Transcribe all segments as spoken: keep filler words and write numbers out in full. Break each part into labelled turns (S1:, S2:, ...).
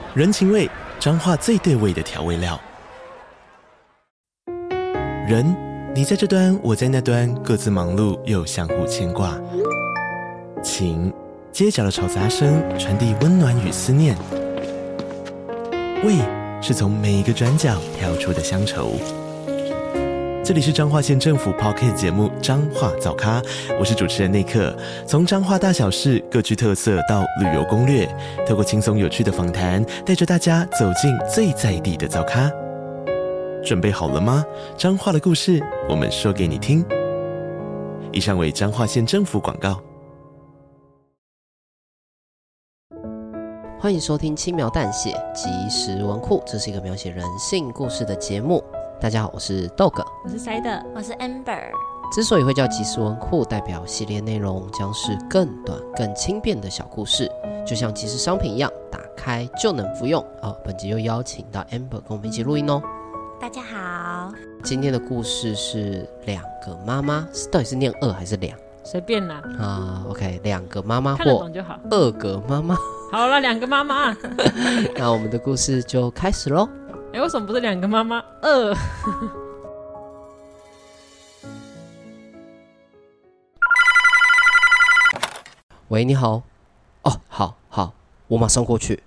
S1: 人情味，彰化最对味的调味料。人，你在这端，我在那端，各自忙碌又相互牵挂。情，街角的吵杂声传递温暖与思念。味，是从每一个转角跳出的乡愁。这里是彰化县政府 Podcast 节目《彰化早咖》，我是主持人内克。从彰化大小事各具特色到旅游攻略，透过轻松有趣的访谈，带着大家走进最在地的早咖。准备好了吗？彰化的故事，我们说给你听。以上为彰化县政府广告。
S2: 欢迎收听轻描淡写即时文库，这是一个描写人性故事的节目。大家好，我是 Dog，
S3: 我是 Side，
S4: 我是 Amber。
S2: 之所以会叫即时文库，代表系列内容将是更短、更轻便的小故事，就像即时商品一样，打开就能服用。哦，本集又邀请到 Amber 跟我们一起录音哦。
S4: 大家好，
S2: 今天的故事是两个妈妈，到底是念二还是两？
S3: 随便啦。
S2: 啊 ，OK， 两个妈妈
S3: 或
S2: 二个妈妈。
S3: 好了，两个妈妈。
S2: 那我们的故事就开始喽。
S3: 哎，为什么不是两个妈妈？二。
S2: 喂，你好。哦，好好，我马上过去。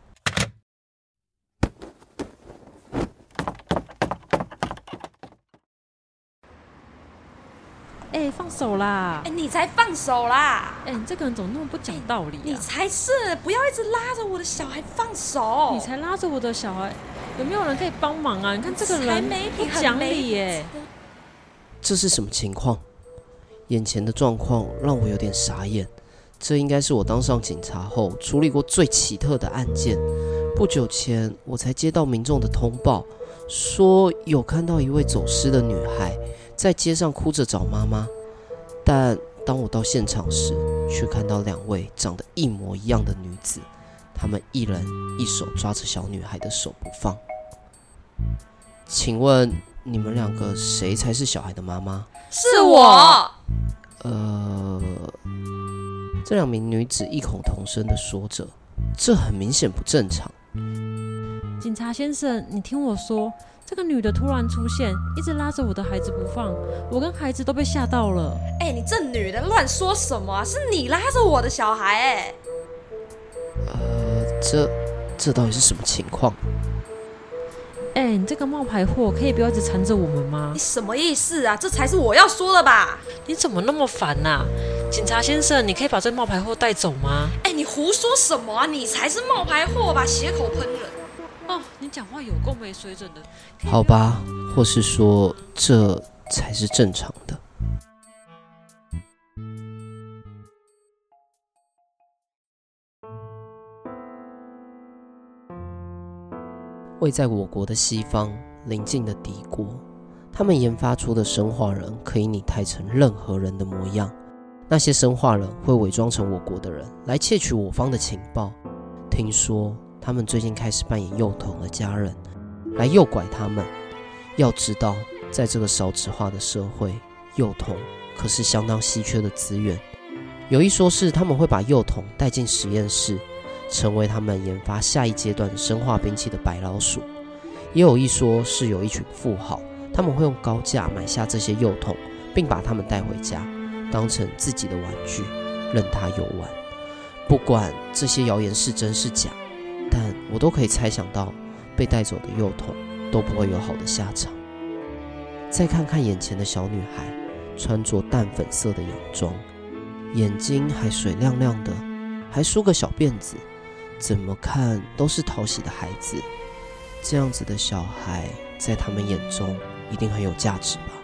S3: 哎，放手啦！
S4: 哎，你才放手啦！
S3: 哎，你这个人怎么那么不讲道理啊？
S4: 你才是，不要一直拉着我的小孩放手！
S3: 你才拉着我的小孩，有没有人可以帮忙啊？你看这个人不讲理耶！
S2: 这是什么情况？眼前的状况让我有点傻眼。这应该是我当上警察后处理过最奇特的案件。不久前，我才接到民众的通报，说有看到一位走失的女孩在街上哭着找妈妈，但当我到现场时，却看到两位长得一模一样的女子，她们一人一手抓着小女孩的手不放。请问你们两个谁才是小孩的妈妈？
S4: 是我。
S2: 呃，这两名女子异口同声地说着，这很明显不正常。
S3: 警察先生，你听我说，这个女的突然出现，一直拉着我的孩子不放，我跟孩子都被吓到了。
S4: 哎、欸，你这女的乱说什么啊？是你拉着我的小孩哎、欸。
S2: 呃，这这到底是什么情况？
S3: 哎、欸，你这个冒牌货，可以不要一直缠着我们吗？
S4: 你什么意思啊？这才是我要说的吧？
S3: 你怎么那么烦啊？警察先生，你可以把这冒牌货带走吗？
S4: 哎、欸，你胡说什么啊？你才是冒牌货吧？血口喷人！
S3: 哦，你讲话有够没水准的。
S2: 好吧，或是说这才是正常的。位在我国的西方邻近的敌国，他们研发出的生化人可以拟态成任何人的模样。那些生化人会伪装成我国的人来窃取我方的情报。听说他们最近开始扮演幼童的家人，来诱拐他们。要知道，在这个少子化的社会，幼童可是相当稀缺的资源。有一说是他们会把幼童带进实验室，成为他们研发下一阶段的生化兵器的白老鼠。也有一说是有一群富豪，他们会用高价买下这些幼童，并把他们带回家，当成自己的玩具，任他游玩。不管这些谣言是真是假，但我都可以猜想到，被带走的幼童都不会有好的下场。再看看眼前的小女孩，穿着淡粉色的洋装，眼睛还水亮亮的，还梳个小辫子，怎么看都是讨喜的孩子。这样子的小孩，在他们眼中一定很有价值吧？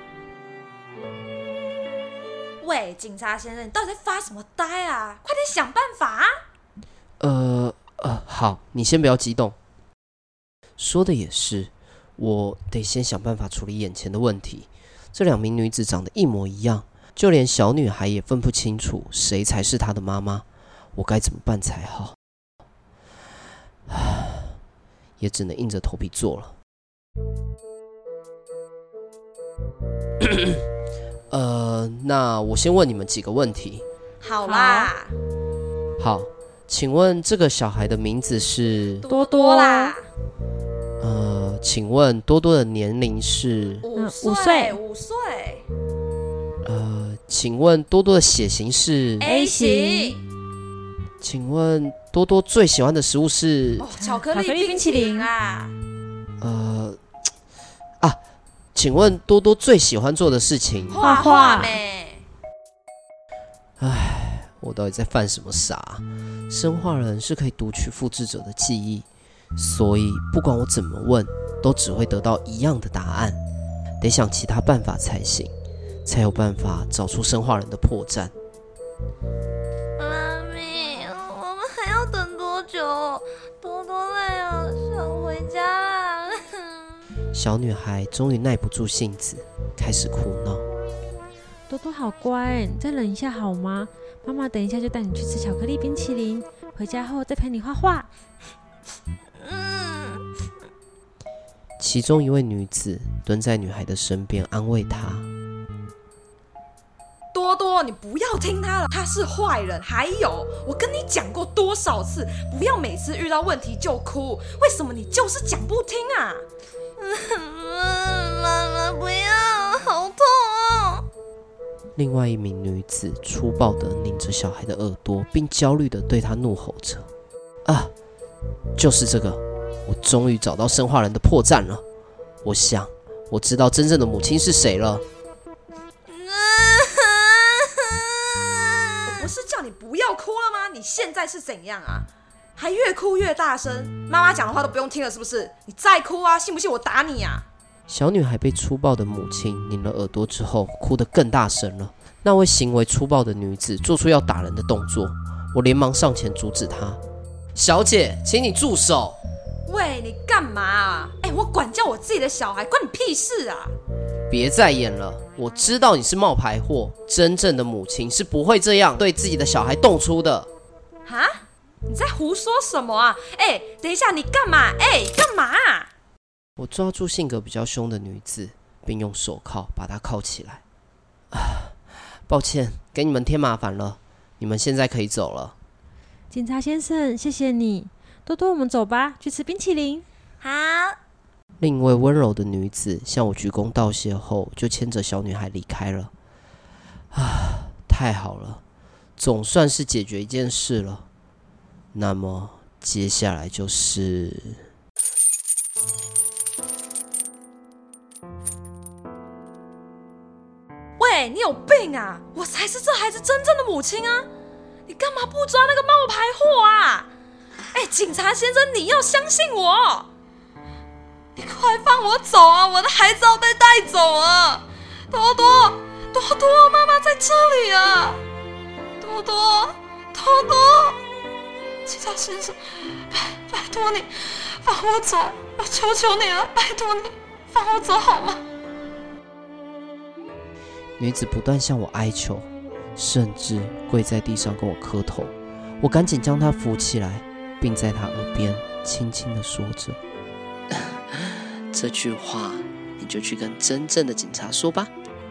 S4: 喂，警察先生，你到底在发什么呆啊？快点想办法啊！
S2: 呃呃，好，你先不要激动。说的也是，我得先想办法处理眼前的问题。这两名女子长得一模一样，就连小女孩也分不清楚谁才是她的妈妈，我该怎么办才好？也只能硬着头皮做了。呃，那我先问你们几个问题。
S4: 好啦。
S2: 好， 请问这个小孩的名字是
S3: 多多
S4: 啦，
S2: 呃，请问多多的年龄是
S4: 五
S3: 五岁
S4: 五岁
S2: 呃，请问多多的血型是
S4: A 型，
S2: 请问多多最喜欢的食物是
S4: 哦，巧克
S3: 巧克力
S4: 力冰淇
S3: 冰淇淋
S4: 淋啊，
S2: 呃啊，请问多多最喜欢做的事情？
S4: 画画没？
S2: 我到底在犯什么傻？生化人是可以读取复制者的记忆，所以不管我怎么问，都只会得到一样的答案。得想其他办法才行，才有办法找出生化人的破绽。
S5: 妈咪，我们还要等多久？多多累了，想回家啦。
S2: 小女孩终于耐不住性子，开始哭闹。
S3: 多多好乖，你再忍一下好吗？妈妈等一下就带你去吃巧克力冰淇淋，回家后再陪你画画。
S5: 嗯，
S2: 其中一位女子蹲在女孩的身边安慰她。
S4: 多多，你不要听他了，他是坏人。还有，我跟你讲过多少次，不要每次遇到问题就哭。为什么你就是讲不听啊？
S5: 妈妈不要，好痛哦！
S2: 另外一名女子粗暴地拧着小孩的耳朵，并焦虑地对她怒吼着：“啊，就是这个！我终于找到生化人的破绽了。我想，我知道真正的母亲是谁了。”
S4: 不是叫你不要哭了吗？你现在是怎样啊？还越哭越大声，妈妈讲的话都不用听了是不是？你再哭啊，信不信我打你啊？
S2: 小女孩被粗暴的母亲拧了耳朵之后，哭得更大声了。那位行为粗暴的女子做出要打人的动作，我连忙上前阻止她：“小姐，请你住手！”
S4: 喂，你干嘛啊？哎，我管教我自己的小孩，关你屁事啊！
S2: 别再演了，我知道你是冒牌货，真正的母亲是不会这样对自己的小孩动粗的。
S4: 哈？你在胡说什么啊？哎，等一下，你干嘛？哎，干嘛啊？
S2: 我抓住性格比较凶的女子，并用手铐把她铐起来。啊，抱歉，给你们添麻烦了，你们现在可以走了。
S3: 警察先生，谢谢你。多多，我们走吧，去吃冰淇淋。
S5: 好。
S2: 另一位温柔的女子向我鞠躬道谢后，就牵着小女孩离开了。啊，太好了，总算是解决一件事了。那么接下来就是……
S4: 喂，你有病啊！我才是这孩子真正的母亲啊！你干嘛不抓那个冒牌货啊？哎，警察先生，你要相信我！你快放我走啊！我的孩子要被带走了！多多，多多，妈妈在这里啊！多多，多多，警察先生，拜拜托你放我走，我求求你了，拜托你放我走好吗？
S2: 女子不断向我哀求，甚至跪在地上跟我磕头。我赶紧将她扶起来，并在她耳边轻轻地说着：“这句话，你就去跟真正的警察说吧。”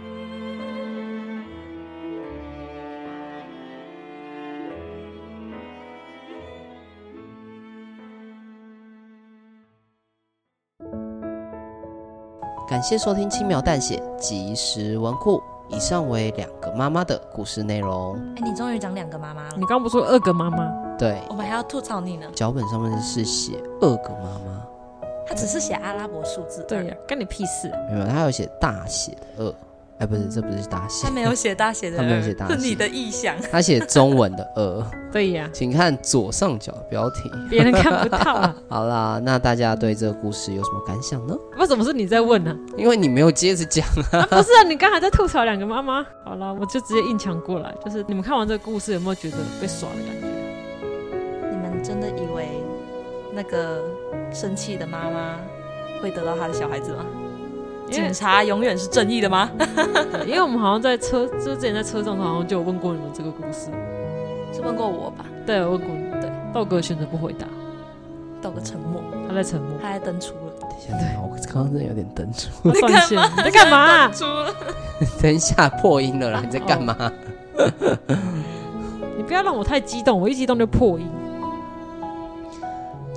S2: 感谢收听轻描淡写即时文库。以上为两个妈妈的故事内容。
S4: 哎，你终于讲两个妈妈了。
S3: 你刚刚不说二个妈妈？
S2: 对，
S4: 我们还要吐槽你呢。
S2: 脚本上面是写二个妈妈，
S4: 他只是写阿拉伯数字。
S3: 对呀、啊，干你屁事、啊！
S2: 没有，他有写大写的二。哎，不是，这不是大写，
S4: 他没有写大写的二，
S2: 他没有写大写，
S4: 是你的意向。
S2: 他写中文的二。
S3: 对呀、啊，
S2: 请看左上角的标题，
S3: 别人看不到、啊。
S2: 好啦，那大家对这个故事有什么感想呢？
S3: 为什么是你在问呢、
S2: 啊？因为你没有接着讲啊。
S3: 啊不是啊，你刚才在吐槽两个妈妈。好啦，我就直接硬抢过来。就是你们看完这个故事，有没有觉得被耍的感觉？
S4: 你们真的以为那个生气的妈妈会得到她的小孩子吗？警察永远是正义的吗？
S3: 因为我们好像在车，就是之前在车上，好像就有问过你们这个故事。
S4: 是问过我吧？
S3: 对，我问过你。对，道哥选择不回答，
S4: 道哥沉默，
S3: 他在沉默，
S4: 他在登出了。
S2: 等一下，对，我刚刚真的有点登出。
S4: 你干嘛？
S3: 你在干嘛？
S4: 登出了。
S2: 等一下，破音了啦！你在干嘛？
S3: 哦、你不要让我太激动，我一激动就破音。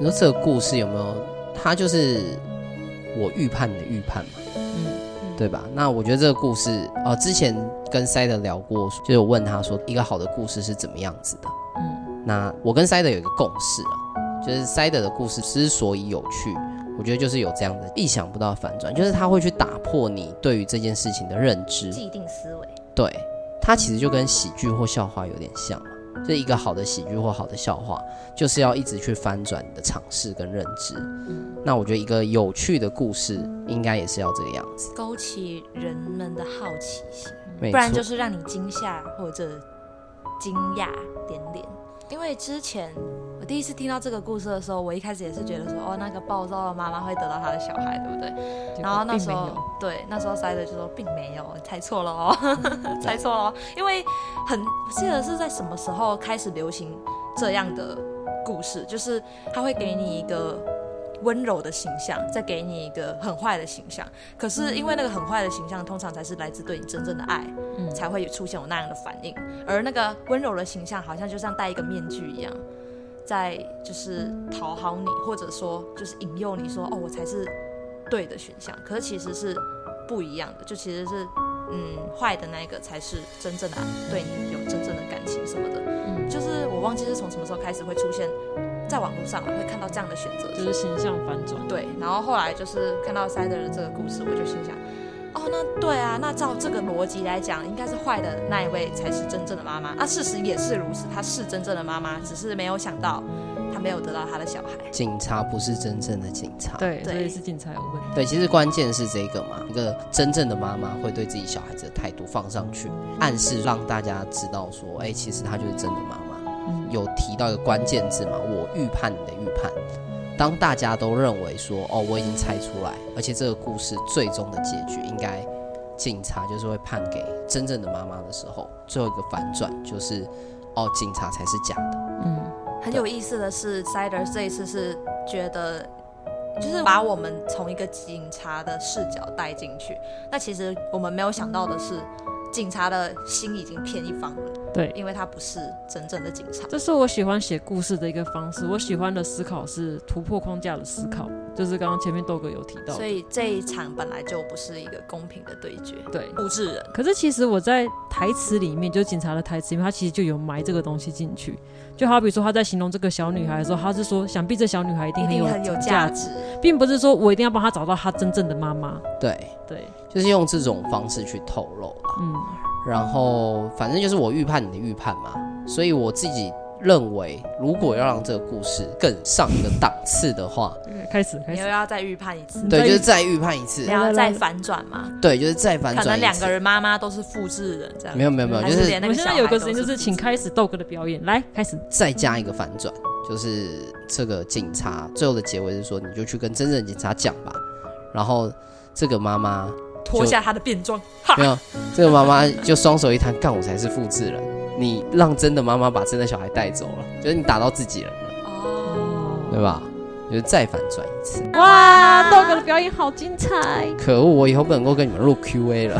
S2: 你说这个故事有没有？它就是我预判的预判嘛，嗯，对吧？那我觉得这个故事，呃，之前跟塞德聊过，就有问他说，一个好的故事是怎么样子的？嗯，那我跟塞德有一个共识啊，就是塞德的故事之所以有趣，我觉得就是有这样的意想不到的反转，就是他会去打破你对于这件事情的认知，
S5: 既定思维。
S2: 对，它其实就跟喜剧或笑话有点像嘛。就是一个好的喜剧或好的笑话，就是要一直去翻转你的尝试跟认知。嗯，那我觉得一个有趣的故事，应该也是要这个样子，
S5: 勾起人们的好奇心，
S2: 不
S5: 然就是让你惊吓或者惊讶连连。因为之前我第一次听到这个故事的时候，我一开始也是觉得说，哦，那个暴躁的妈妈会得到她的小孩，对不对？然后那时候，对，那时候塞德就说并没有，猜错了哦，猜错了哦，因为很我记得是在什么时候开始流行这样的故事，就是他会给你一个温柔的形象，再给你一个很坏的形象。可是因为那个很坏的形象，通常才是来自对你真正的爱，嗯，才会出现有那样的反应。而那个温柔的形象，好像就像戴一个面具一样，在就是讨好你，或者说就是引诱你说，哦，我才是对的选项。可是其实是不一样的，就其实是嗯，坏的那个才是真正的对你有真正的感情什么的。嗯，就是我忘记是从什么时候开始会出现。在网络上会看到这样的选择，
S3: 就是形象反转。
S5: 对，然后后来就是看到塞德的这个故事，我就心想，哦，那对啊，那照这个逻辑来讲，应该是坏的那一位才是真正的妈妈。那事实也是如此，她是真正的妈妈，只是没有想到她没有得到她的小孩。
S2: 警察不是真正的警察，
S3: 对，所以是警察有问题。
S2: 对，其实关键是这个嘛，一个真正的妈妈会对自己小孩子的态度放上去，暗示让大家知道说，哎，其实她就是真的妈妈。有提到一个关键字嘛，我预判你的预判。当大家都认为说，哦，我已经猜出来，而且这个故事最终的结局应该警察就是会判给真正的妈妈的时候，最后一个反转就是，哦，警察才是假的。
S5: 嗯，很有意思的是 Sider 这一次是觉得，就是把我们从一个警察的视角带进去。那其实我们没有想到的是，警察的心已经偏一方了。
S3: 对，
S5: 因为他不是真正的警察。
S3: 这是我喜欢写故事的一个方式。我喜欢的思考是突破框架的思考，就是刚刚前面豆哥有提到的。
S5: 所以这一场本来就不是一个公平的对决，
S3: 对，
S5: 复制人。
S3: 可是其实我在台词里面，就是警察的台词里面，他其实就有埋这个东西进去。就好比说他在形容这个小女孩的时候，他是说，想必这小女孩一定很有
S5: 很有价值，
S3: 并不是说我一定要帮她找到她真正的妈妈。
S2: 对
S3: 对，
S2: 就是用这种方式去透露啦。嗯。然后反正就是我预判你的预判嘛，所以我自己认为，如果要让这个故事更上一个档次的话，
S3: 开始开始，
S5: 你又要再预判一次，
S2: 对，就是再预判一次，
S5: 你要再反转嘛，
S2: 对，就是再反转一次，
S5: 可能两个人妈妈都是复制人这样，
S2: 没有没有没有，就是
S3: 我们现在有个时间，就是请开始豆哥的表演，来开始，
S2: 再加一个反转，就是这个警察最后的结尾是说，你就去跟真正的警察讲吧，然后这个妈妈。
S5: 脱下他的便装，
S2: 没有，这个妈妈就双手一摊，干我才是复制人。你让真的妈妈把真的小孩带走了，就是你打到自己人了，哦，对吧？就是再反转一次。
S3: 哇，豆哥的表演好精彩！
S2: 可恶，我以后不能够跟你们录 Q A 了。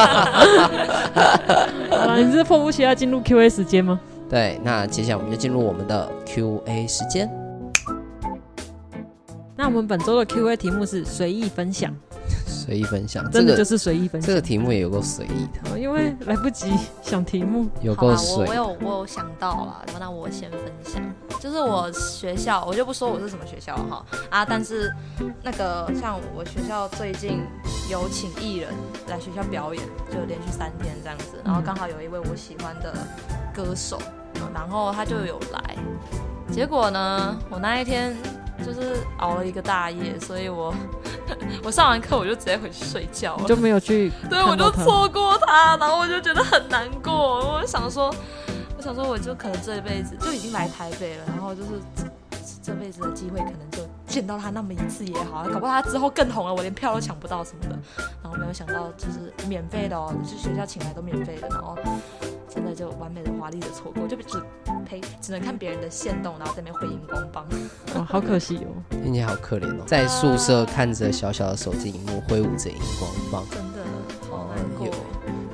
S3: 好了，你是迫不及待进入 Q A 时间吗？
S2: 对，那接下来我们就进入我们的 Q A 时间。
S3: 那我们本周的 Q A 题目是随意分享。
S2: 随意分享，
S3: 真的就是随意分享。
S2: 这个题目也有够随意的，
S3: 哦，因为来不及想题目，
S2: 有够随。
S5: 我我有我有想到啦，那我先分享，就是我学校，我就不说我是什么学校哈啊，但是那个像我学校最近有请艺人来学校表演，就连续三天这样子，然后刚好有一位我喜欢的歌手，然后他就有来，结果呢，我那一天就是熬了一个大夜，所以我我上完课我就直接回去睡觉了，
S3: 就没有去
S5: 对，我就错过他，然后我就觉得很难过。我想说，我想说，我就可能这辈子就已经来台北了，然后就是这辈子的机会，可能就见到他那么一次也好，搞不好他之后更红了，我连票都抢不到什么的。然后没有想到，就是免费的哦，就学校请来都免费的，然后真的就完美的华丽的错过，就只陪只能看别人的限动，然后在那边挥荧光棒。
S3: 哇，好可惜哦，
S2: 听起来好可怜哦，在宿舍看着小小的手机荧幕挥舞着荧光棒，
S5: 真的好难过。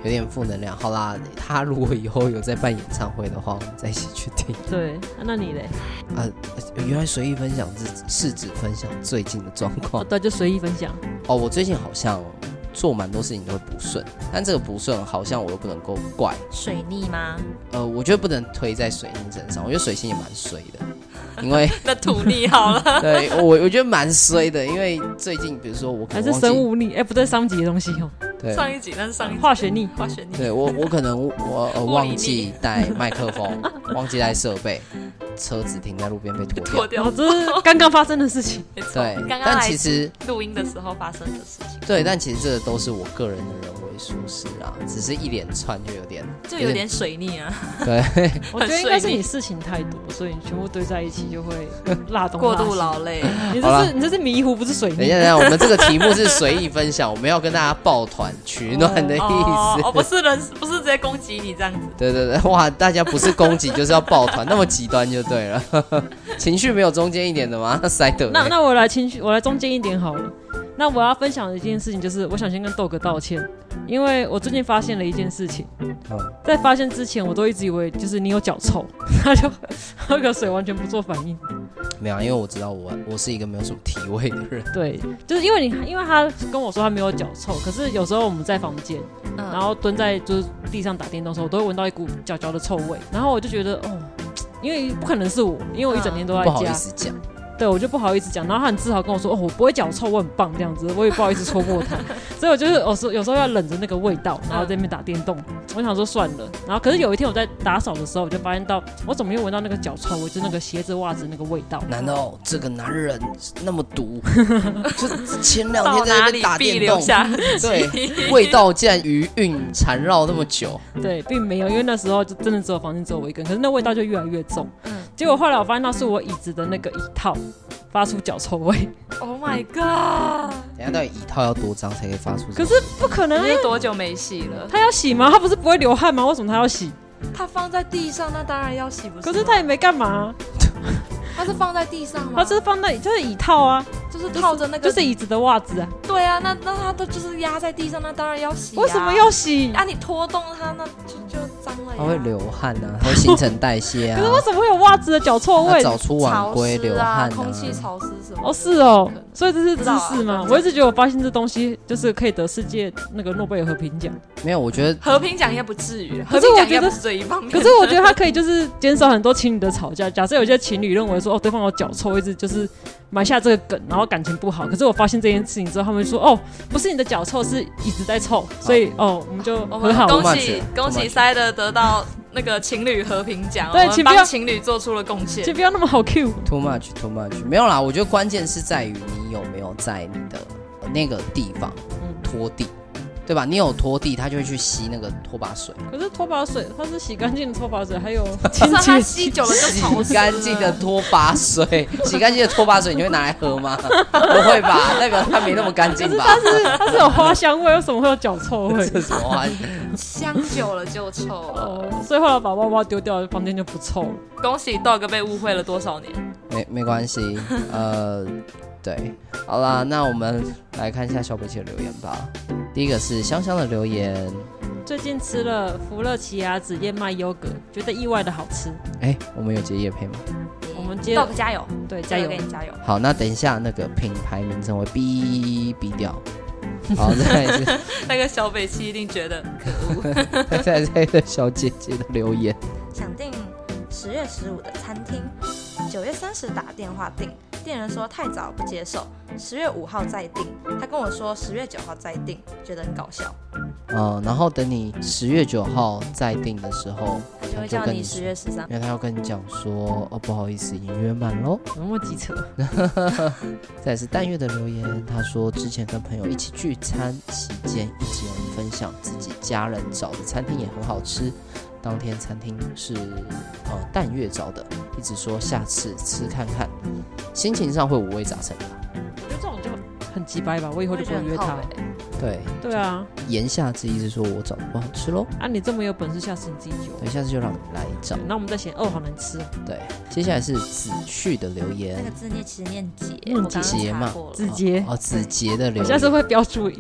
S2: 有点负能量。好啦，他如果以后有在办演唱会的话，我们再一起去听。
S3: 对，啊、那你嘞？
S2: 啊，原来随意分享是是指分享最近的状况。
S3: 哦，对，就随意分享。
S2: 哦，我最近好像做蛮多事情都会不顺，但这个不顺好像我又不能够怪
S5: 水逆吗？
S2: 呃，我觉得不能推在水逆身上，我觉得水星也蛮衰的，因为
S5: 那土逆好了。
S2: 对我我觉得蛮衰的，因为最近比如说我可能
S3: 还是生物逆，哎、欸，不对，上集的东西哦。
S2: 对，
S5: 上一集那是上一集
S3: 化学逆，
S5: 化学逆。
S2: 对我我可能我、呃、忘记带麦克风，忘记带设备，车子停在路边被拖掉。
S5: 脱掉，
S3: 哦，这是刚刚发生的事情。
S5: 没错，
S2: 对，
S5: 刚刚
S2: 但其实
S5: 录音的时候发生的事情。
S2: 对，但其实这都是我个人的人为疏失啊，只是一连串就有点
S5: 就有点水逆啊。
S2: 对，
S3: 我觉得应该是你事情太多，所以你全部堆在一起就会辣东
S5: 过
S3: 辣西
S5: 度劳累。
S3: 你这是你这是迷糊，不是水逆。
S2: 等一下，等一下，我们这个题目是随意分享，我们要跟大家抱团取暖的意思。
S5: 哦，哦不是人，不是直接攻击你这样子。
S2: 对对对，哇，大家不是攻击就是要抱团，那么极端就对了。情绪没有中间一点的吗？那塞德。
S3: 那那我来情绪，我来中间一点好了。那我要分享的一件事情就是，我想先跟豆哥道歉，因为我最近发现了一件事情。嗯、在发现之前，我都一直以为就是你有脚臭，他就喝个水完全不做反应。
S2: 没有，因为我知道我我是一个没有什么体味的人。
S3: 对，就是因为你，因为他跟我说他没有脚臭，可是有时候我们在房间，嗯、然后蹲在就是地上打电动的时候，我都会闻到一股脚脚的臭味，然后我就觉得哦，因为不可能是我，因为我一整天都在家，
S2: 不好意思讲。
S3: 对，我就不好意思讲，然后他很自豪跟我说：“哦，我不会脚臭，我很棒。”这样子，我也不好意思戳破他，所以我就是有时候有时候要忍着那个味道，然后在那边打电动。我想说算了，然后可是有一天我在打扫的时候，我就发现到我怎么又闻到那个脚臭味，就是那个鞋子袜子那个味道。
S2: 难道这个男人那么毒？就是前两天在那边打电动，对，味道竟然余韵缠绕那么久。
S3: 对，并没有，因为那时候就真的只有房间只有我一个人，可是那味道就越来越重。嗯，结果后来我发现到是我椅子的那个椅套发出脚臭味。
S5: Oh my god！
S2: 等一下到底椅套要多脏才可以发出？
S3: 可是不可能，
S5: 你是多久没洗了？
S3: 他要洗吗？他不是不会流汗吗？为什么他要洗？
S5: 他放在地上，那当然要洗，不是？
S3: 可是他也没干嘛。
S5: 他是放在地上吗？
S3: 他是放在就是椅套啊，
S5: 就是套着那个，
S3: 就是椅子的袜子啊。
S5: 对啊，那那他都就是压在地上，那当然要洗、啊。
S3: 为什么要洗？
S5: 啊，你拖动它，那就就脏了呀。
S2: 它会流汗啊，它会新陈代谢啊。
S3: 可是为什么会有袜子的脚臭味？
S2: 早出晚归流汗、啊，
S5: 空气潮湿什么？
S3: 哦，是哦，所以这是知识吗？我一直觉得我发现这东西就是可以得世界那个诺贝尔和平奖。
S2: 没有，我觉得
S5: 和平奖应该不至于。
S3: 可是我觉得
S5: 是这一方面。
S3: 可是我觉得它可以就是减少很多情侣的吵架。假设有些情侣认为说哦对方有脚臭，一直就是埋下这个梗，然后感情不好。可是我发现这件事情之后，他们说哦不是你的脚臭，是椅子在臭，所以哦我们就和好。
S5: 恭喜恭喜塞德得到那个情侣和平奖，
S3: 对，
S5: 我们帮情侣做出了贡献。
S3: 请不要那么好 Q。
S2: Too much, too much， 没有啦。我觉得关键是在于你有没有在你的那个地方拖地。对吧？你有拖地，他就会去吸那个拖把水。
S3: 可是拖把水，它是洗干净的拖把水，还有清洁。
S5: 它吸久了就潮湿。
S2: 洗干净的拖把水，洗干净的拖把水，你会拿来喝吗？不会吧？代表它没那么干净吧？
S3: 可是它是它是有花香味，为什么会有脚臭味？
S2: 这是什么花香？
S5: 香久了就臭了。
S3: 哦，所以后来把包包丢掉，房间就不臭了。
S5: 恭喜 Dog 被误会了多少年？
S2: 没没关系，呃。对，好啦，那我们来看一下小北奇的留言吧。第一个是香香的留言，
S3: 最近吃了福乐奇亚籽燕麦优格，觉得意外的好吃。
S2: 哎，我们有接业配吗？
S3: 我们接
S5: Dog 加油，
S3: 对，加油，
S5: 给你加油。
S2: 好，那等一下那个品牌名称会哔哔掉。好，再来是
S5: 那个小北七一定觉得可恶。
S2: 再来这个小姐姐的留言，
S6: 想订十月十五的餐厅，九月三十打电话订。店员说太早不接受，十月五号再订。他跟我说十月九号再订，觉得很搞笑。
S2: 嗯，然后等你十月九号再订的时候，
S6: 他就会叫你十月十三，
S2: 因为他要跟你讲说，哦，不好意思，已经约满喽。
S3: 有那么机车？
S2: 再来是淡月的留言，他说之前跟朋友一起聚餐期间，一直有人分享自己家人找的餐厅也很好吃。当天餐厅是呃淡月找的，一直说下次吃看看，心情上会五味杂陈吧。
S3: 我觉得这种就很鸡掰吧，我以后就不会约他。
S2: 对
S3: 对啊，
S2: 言下之意是说我找的不好吃咯。
S3: 啊，你这么有本事，下次你自己揪。
S2: 对，下次就让你来找。
S3: 那我们再嫌哦好难吃。
S2: 对，接下来是子旭的留言，
S6: 那个字念其实念杰，
S3: 念
S6: 杰
S2: 嘛，
S3: 子杰
S2: 哦，子杰的留言，
S3: 我下次会标注音。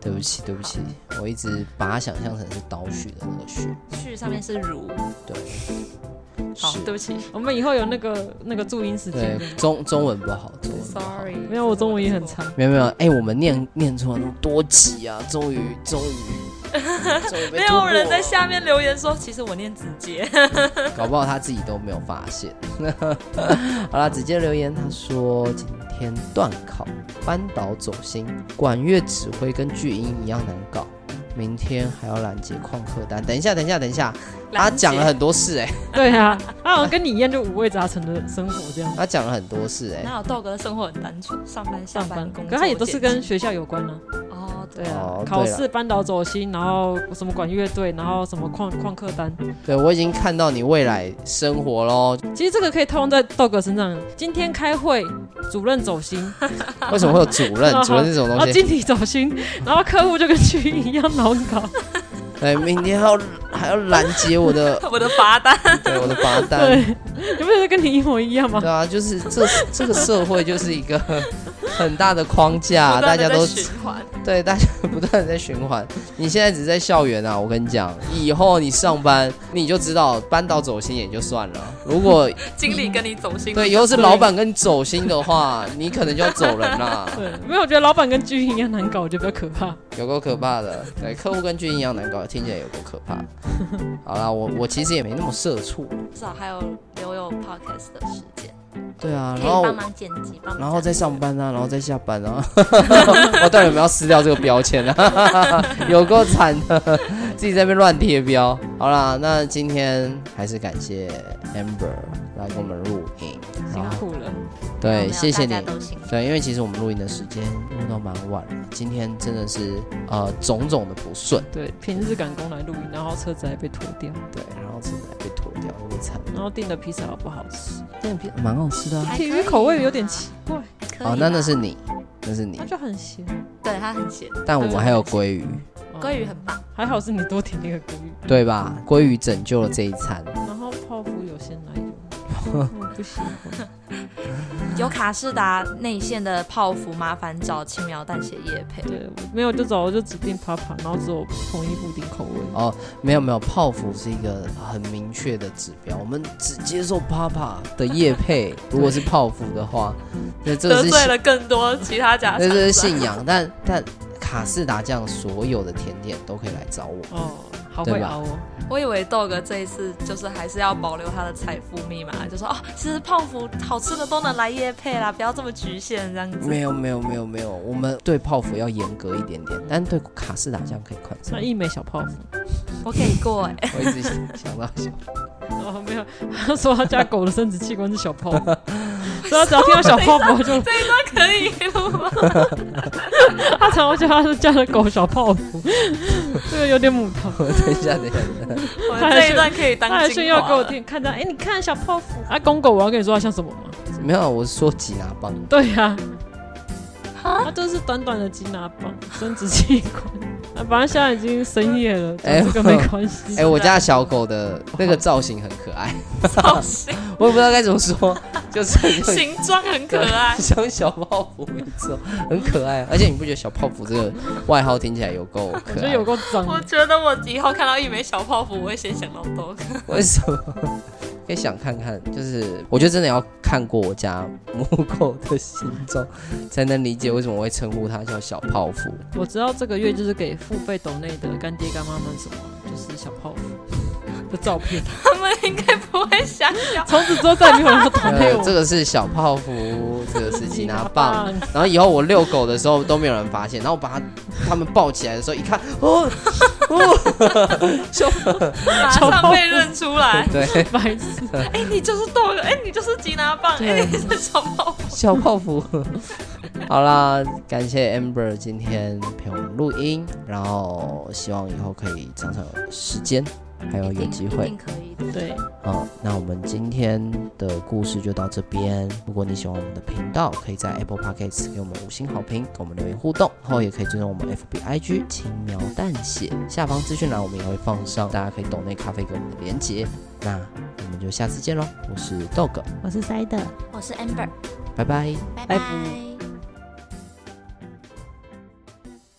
S2: 对不起，对不起，我一直把它想象成是倒叙的那个叙。
S5: 序上面是如。
S2: 对，
S5: 好，对不起，
S3: 我们以后有那个那个注音时间。
S2: 对，中中文不好，中文不好。
S5: Sorry，
S3: 没有，我中文也很差。
S2: 没有没有，哎、欸，我们念念出了那么多集啊，终于终于，
S5: 没有人在下面留言说，其实我念子杰，
S2: 搞不好他自己都没有发现。好啦，子杰留言他说今天段考，班导走心，管乐指挥跟巨婴一样难搞。明天还要拦截旷课单，等一下，等一下，等一下，他讲了很多事哎、欸。
S3: 对啊，他好像跟你一样，就五味杂陈的生活这样。
S2: 他讲了很多事哎、欸。
S5: 哪有豆哥的生活很单纯，上班下班工作，
S3: 可他也都是跟学校有关啊。
S5: 哦，
S3: 对啊，
S2: 哦、
S3: 考试、班导走心，然后什么管乐队，然后什么旷旷课单。
S2: 对，我已经看到你未来生活咯。
S3: 其实这个可以套用在豆哥身上。今天开会，主任走心。
S2: 为什么会有主任？主任是什么东西？
S3: 然后经理走心，然后客户就跟巨婴一样难搞。
S2: 对，明天还要还要拦截我的
S5: 我的罚单，
S2: 对，我的罚单。
S3: 对，你不觉得跟你一模一样吗？
S2: 对啊，就是这这个社会就是一个很大的框架，大家都
S5: 循环，
S2: 对，大家不断的在循环。你现在只在校园啊，我跟你讲，以后你上班你就知道，班导走心也就算了，如果
S5: 经理跟你走心，
S2: 对，以后是老板跟你走心的话，你可能就要走人啦。
S3: 对，没有，我觉得老板跟巨婴一样难搞，我觉得比较可怕。
S2: 有够可怕的，对，客户跟巨婴一样难搞，听起来有够可怕。好啦，我我其实也没那么社畜，
S5: 至少还有留有 podcast 的时间。
S2: 对啊，
S5: 可以
S2: 然后
S5: 帮忙剪辑，帮忙
S2: 然后再上班啊，然后再下班啊。我到底有没有要撕掉这个标签啊？有够惨的，自己在那边乱贴标。好啦，那今天还是感谢 Amber 来跟我们录音，
S3: 辛苦了。
S2: 对，谢谢你。
S5: 大家都辛苦。
S2: 对，因为其实我们录音的时间录到蛮晚了，今天真的是呃种种的不顺。
S3: 对，平日赶工来录音，然后车子还被拖掉。
S2: 对，然后车子还被拖掉，有点惨。
S3: 然后订的披萨好不好吃？
S2: 订的披萨蛮好吃的、啊，
S3: 体育口味有点奇怪。
S2: 哦，那那是你，那是你。
S3: 它就很咸。
S5: 对，它很咸。
S2: 但我们还有鲑鱼。
S5: 鲑鱼很棒，
S3: 还好是你多点那个鲑鱼，
S2: 对吧？鲑鱼拯救了这一餐。
S3: 然后泡芙有鲜奶油，我不喜欢。
S5: 有卡士达内馅的泡芙，麻烦找轻描淡写业配。
S3: 对，没有就找我就指定 Papa， 然后只有统一布丁口味。
S2: 哦，没有没有，泡芙是一个很明确的指标，我们只接受 Papa 的业配。如果是泡芙的话，那这个是
S5: 得罪了更多其他家，
S2: 这是信仰，但但。卡士达酱所有的甜点都可以来找我
S3: 哦，好会熬哦。
S5: 我以为豆哥这一次就是还是要保留他的财富密码，就说哦，其实泡芙好吃的都能来业配啦，不要这么局限这样子。
S2: 没有没有没有没有，我们对泡芙要严格一点点，但对卡士达酱可以宽松。
S3: 那一枚小泡芙，
S5: 我给过哎、
S2: 欸，我一直想到小。
S3: 哦，没有，他说他家狗的生殖器官是小泡芙，所以他只要听到小泡芙就
S5: 这一段可以录吗？
S3: 他常常叫他家的狗小泡芙，这个有点母汤。
S2: 等一下，等一下，等一下，
S5: 我们这一段可以当精华。
S3: 他还炫耀给我听，看到哎、欸，你看小泡芙啊，公狗，我要跟你说它像什么吗？
S2: 没有，我是说吉拿棒。
S3: 对呀、啊，它就是短短的吉拿棒，生殖器官。啊，反正现在已经深夜了，跟这个没关系。
S2: 哎、欸，我家小狗的那个造型很可爱，
S5: 造型
S2: 我也不知道该怎么说，就是
S5: 形状很可爱，
S2: 像小泡芙没错，很可爱。而且你不觉得小泡芙这个外号听起来有够可爱？
S3: 我觉得有够脏。
S5: 我觉得我以后看到一枚小泡芙，我会先想到豆哥。
S2: 为什么？可以想看看，就是我觉得真的要看过我家母狗的形状，才能理解为什么我会称呼它叫小泡芙。
S3: 我知道这个月就是给付费抖内的干爹干妈们什么，就是小泡芙的照片。
S5: 他们应该不会想要。
S3: 从此之后再也没有人要抖内我、
S2: 呃。这个是小泡芙，这个是吉拿棒。然后以后我遛狗的时候都没有人发现，然后我把它他们抱起来的时候一看，哦哦，小
S5: 马上被认出来。
S2: 对，
S3: 白痴。
S5: 哎、欸，你就是豆哥，哎、欸，你就是吉拿棒，哎、欸，你是小泡芙。
S2: 小泡芙。好啦，感谢 Amber 今天陪我们录音，然后希望以后可以常常有时间，还有有机会，
S5: 一定可以的。
S3: 对，
S2: 好，那我们今天的故事就到这边。如果你喜欢我们的频道，可以在 Apple Podcast 给我们五星好评，跟我们留言互动，然后也可以追踪我们 F B I G 轻描淡写。下方资讯栏我们也会放上大家可以抖内咖啡给我们的连结。那我们就下次见咯，我是 Dog，
S3: 我是 Side，
S5: 我是 Amber，
S2: 拜拜，
S5: 拜拜。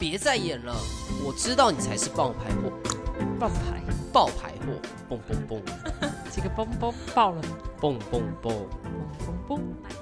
S2: 别再演了，我知道你才是爆牌货。
S3: 爆牌，
S2: 爆牌货，蹦蹦蹦，
S3: 几个蹦蹦爆了，
S2: 蹦蹦蹦，
S3: 蹦蹦蹦。